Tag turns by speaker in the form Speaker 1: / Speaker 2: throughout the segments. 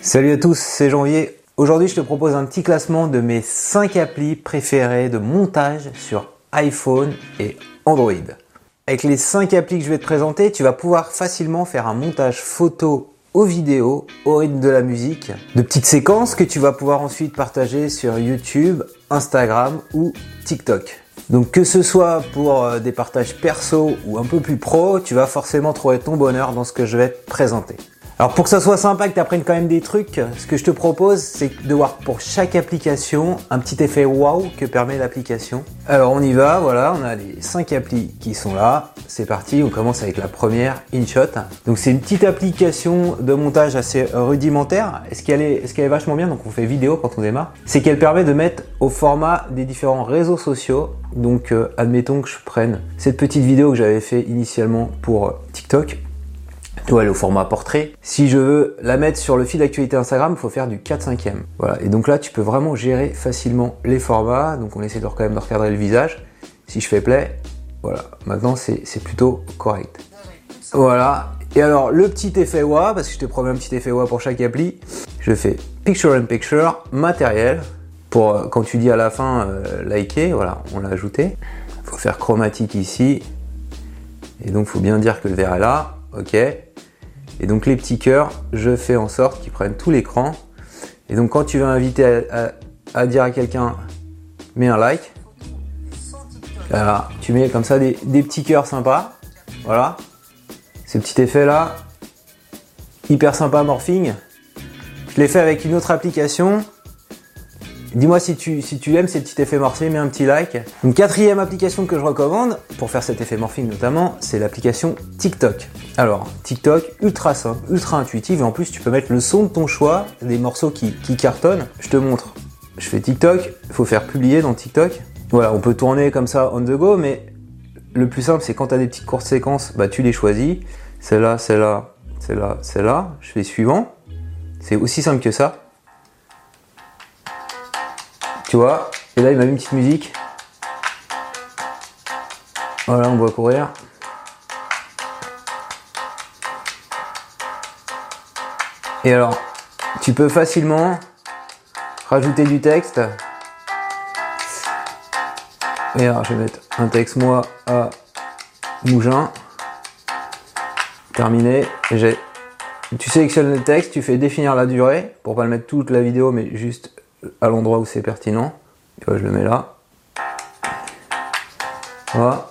Speaker 1: Salut à tous, c'est Janvier. Aujourd'hui, je te propose un petit classement de mes 5 applis préférées de montage sur iPhone et Android. Avec les 5 applis que je vais te présenter, tu vas pouvoir facilement faire un montage photo ou vidéo au rythme de la musique, de petites séquences que tu vas pouvoir ensuite partager sur YouTube, Instagram ou TikTok. Donc que ce soit pour des partages perso ou un peu plus pro, tu vas forcément trouver ton bonheur dans ce que je vais te présenter. Alors pour que ça soit sympa, que tu apprennes quand même des trucs, ce que je te propose, c'est de voir pour chaque application un petit effet wow que permet l'application. Alors on y va, voilà, on a les 5 applis qui sont là. C'est parti, on commence avec la première, InShot. Donc c'est une petite application de montage assez rudimentaire. Et ce qu'elle est vachement bien, donc on fait vidéo quand on démarre, c'est qu'elle permet de mettre au format des différents réseaux sociaux. Donc admettons que je prenne cette petite vidéo que j'avais fait initialement pour TikTok. Tu vois, elle est au format portrait. Si je veux la mettre sur le fil d'actualité Instagram, il faut faire du 4/5e. Voilà. Et donc là, tu peux vraiment gérer facilement les formats. Donc on essaie quand même de recadrer le visage. Si je fais play, voilà. Maintenant, c'est plutôt correct. Voilà. Et alors, le petit effet WA, parce que je te promets un petit effet WA pour chaque appli, je fais Picture in Picture, matériel. Pour quand tu dis à la fin liker, voilà, on l'a ajouté. Il faut faire chromatique ici. Et donc, il faut bien dire que le vert est là. Ok. Et donc les petits cœurs, je fais en sorte qu'ils prennent tout l'écran. Et donc quand tu vas inviter à dire à quelqu'un, mets un like. Voilà, tu mets comme ça des petits cœurs sympas. Voilà. Ce petit effet là, hyper sympa morphing. Je l'ai fait avec une autre application. Dis-moi si tu aimes ces petits effets morphing, mets un petit like. Une quatrième application que je recommande, pour faire cet effet morphing notamment, c'est l'application TikTok. Alors, TikTok, ultra simple, ultra intuitive, et en plus tu peux mettre le son de ton choix, des morceaux qui cartonnent. Je te montre. Je fais TikTok, il faut faire publier dans TikTok. Voilà, on peut tourner comme ça on the go, mais le plus simple c'est quand tu as des petites courtes séquences, bah tu les choisis. Celle-là, celle-là, celle-là, celle-là. Je fais suivant. C'est aussi simple que ça. Tu vois, et là il m'a mis une petite musique. Voilà, on voit courir. Et alors, tu peux facilement rajouter du texte. Et alors, je vais mettre un texte moi à Mougin. Terminé. Tu sélectionnes le texte, tu fais définir la durée pour pas le mettre toute la vidéo, mais juste à l'endroit où c'est pertinent. Tu vois, je le mets là. Voilà.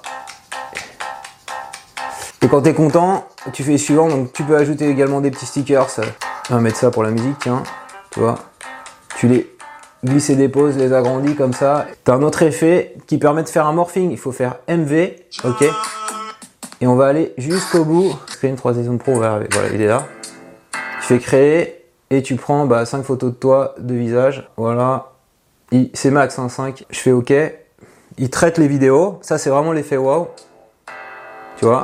Speaker 1: Et quand tu es content, tu fais suivant. Donc tu peux ajouter également des petits stickers. On va mettre ça pour la musique, tiens. Tu vois. Tu les glisses et déposes, les agrandis comme ça. Tu as un autre effet qui permet de faire un morphing. Il faut faire MV. Ok. Et on va aller jusqu'au bout. Screen 3 Season Pro. Voilà, il est là. Tu fais créer. Et tu prends 5 photos de toi, de visage. Voilà. C'est max, 5. Je fais OK. Il traite les vidéos. Ça, c'est vraiment l'effet wow. Tu vois.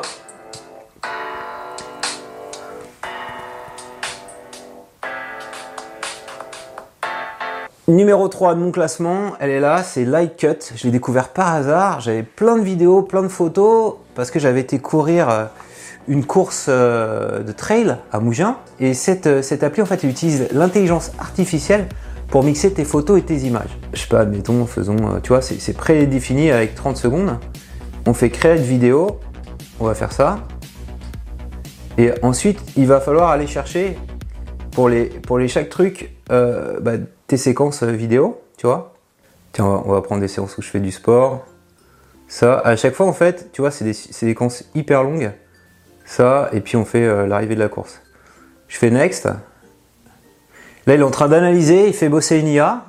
Speaker 1: Numéro 3 de mon classement, elle est là, c'est Lightcut. Je l'ai découvert par hasard. J'avais plein de vidéos, plein de photos, parce que j'avais été courir une course de trail à Mougins. Et cette appli, en fait, elle utilise l'intelligence artificielle pour mixer tes photos et tes images. Je sais pas, admettons, faisons, tu vois, c'est prédéfini avec 30 secondes. On fait créer une vidéo, on va faire ça. Et ensuite, il va falloir aller chercher pour les chaque truc tes séquences vidéo, tu vois. Tiens, on va prendre des séances où je fais du sport. Ça, à chaque fois, en fait, tu vois, c'est des séquences hyper longues. Ça, et puis on fait l'arrivée de la course. Je fais next. Là, il est en train d'analyser, il fait bosser une IA.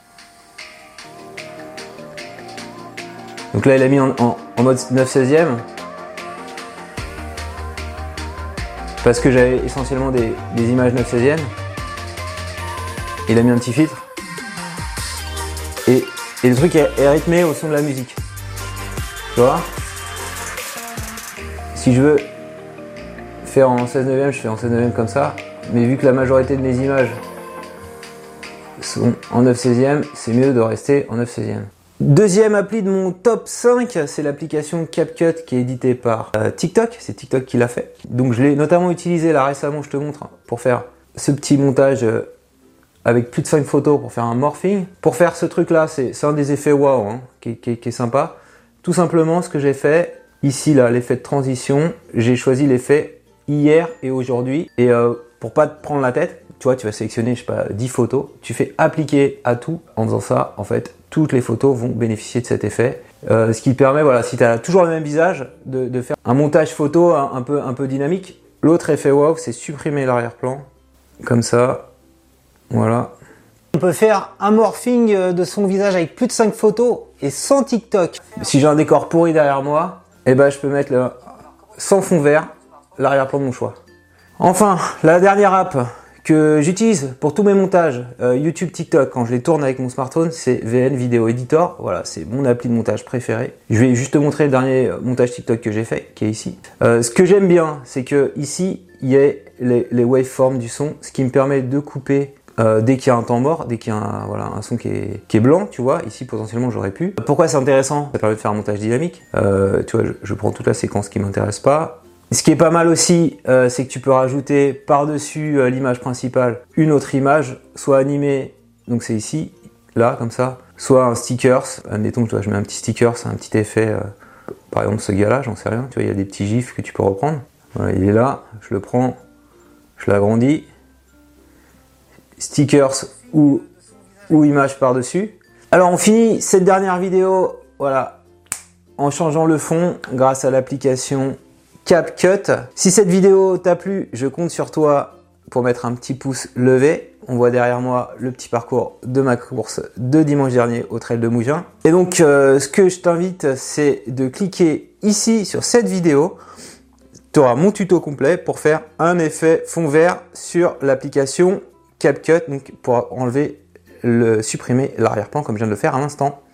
Speaker 1: Donc là, il a mis en mode 9/16e. Parce que j'avais essentiellement des images 9/16e. Il a mis un petit filtre. Et le truc est rythmé au son de la musique. Tu vois ? Si je veux faire en 16/9, je fais en 16/9 comme ça. Mais vu que la majorité de mes images sont en 9/16e, c'est mieux de rester en 9/16e. Deuxième appli de mon top 5, c'est l'application CapCut qui est éditée par TikTok. C'est TikTok qui l'a fait. Donc je l'ai notamment utilisé là récemment, je te montre, pour faire ce petit montage avec plus de 5 photos pour faire un morphing. Pour faire ce truc là, c'est un des effets wow hein, qui est sympa. Tout simplement ce que j'ai fait, ici là, l'effet de transition, j'ai choisi l'effet hier et aujourd'hui. Et pour pas te prendre la tête, tu vois, tu vas sélectionner, je sais pas, 10 photos, tu fais appliquer à tout. En faisant ça, en fait, toutes les photos vont bénéficier de cet effet. Ce qui permet, voilà, si tu as toujours le même visage, de faire un montage photo un peu dynamique. L'autre effet wow, c'est supprimer l'arrière-plan, comme ça, voilà. On peut faire un morphing de son visage avec plus de 5 photos et sans TikTok. Si j'ai un décor pourri derrière moi, eh ben, je peux mettre sans fond vert, l'arrière-plan de mon choix. Enfin, la dernière app que j'utilise pour tous mes montages YouTube, TikTok, quand je les tourne avec mon smartphone, c'est VN Video Editor. Voilà, c'est mon appli de montage préféré. Je vais juste te montrer le dernier montage TikTok que j'ai fait, qui est ici. Ce que j'aime bien, c'est que ici, il y a les waveforms du son, ce qui me permet de couper dès qu'il y a un temps mort, dès qu'il y a un son qui est blanc, tu vois. Ici, potentiellement, j'aurais pu. Pourquoi c'est intéressant? Ça permet de faire un montage dynamique. Tu vois, je prends toute la séquence qui m'intéresse pas. Ce qui est pas mal aussi, c'est que tu peux rajouter par-dessus l'image principale une autre image, soit animée, donc c'est ici, là, comme ça, soit un stickers. Admettons que je mets un petit stickers, un petit effet, par exemple ce gars-là, j'en sais rien, tu vois, il y a des petits gifs que tu peux reprendre. Voilà, il est là, je le prends, je l'agrandis, stickers ou image par-dessus. Alors on finit cette dernière vidéo, voilà, en changeant le fond grâce à l'application CapCut. Si cette vidéo t'a plu, je compte sur toi pour mettre un petit pouce levé. On voit derrière moi le petit parcours de ma course de dimanche dernier au Trail de Mougins. Et donc, ce que je t'invite, c'est de cliquer ici sur cette vidéo. Tu auras mon tuto complet pour faire un effet fond vert sur l'application CapCut, donc pour supprimer l'arrière-plan comme je viens de le faire à l'instant.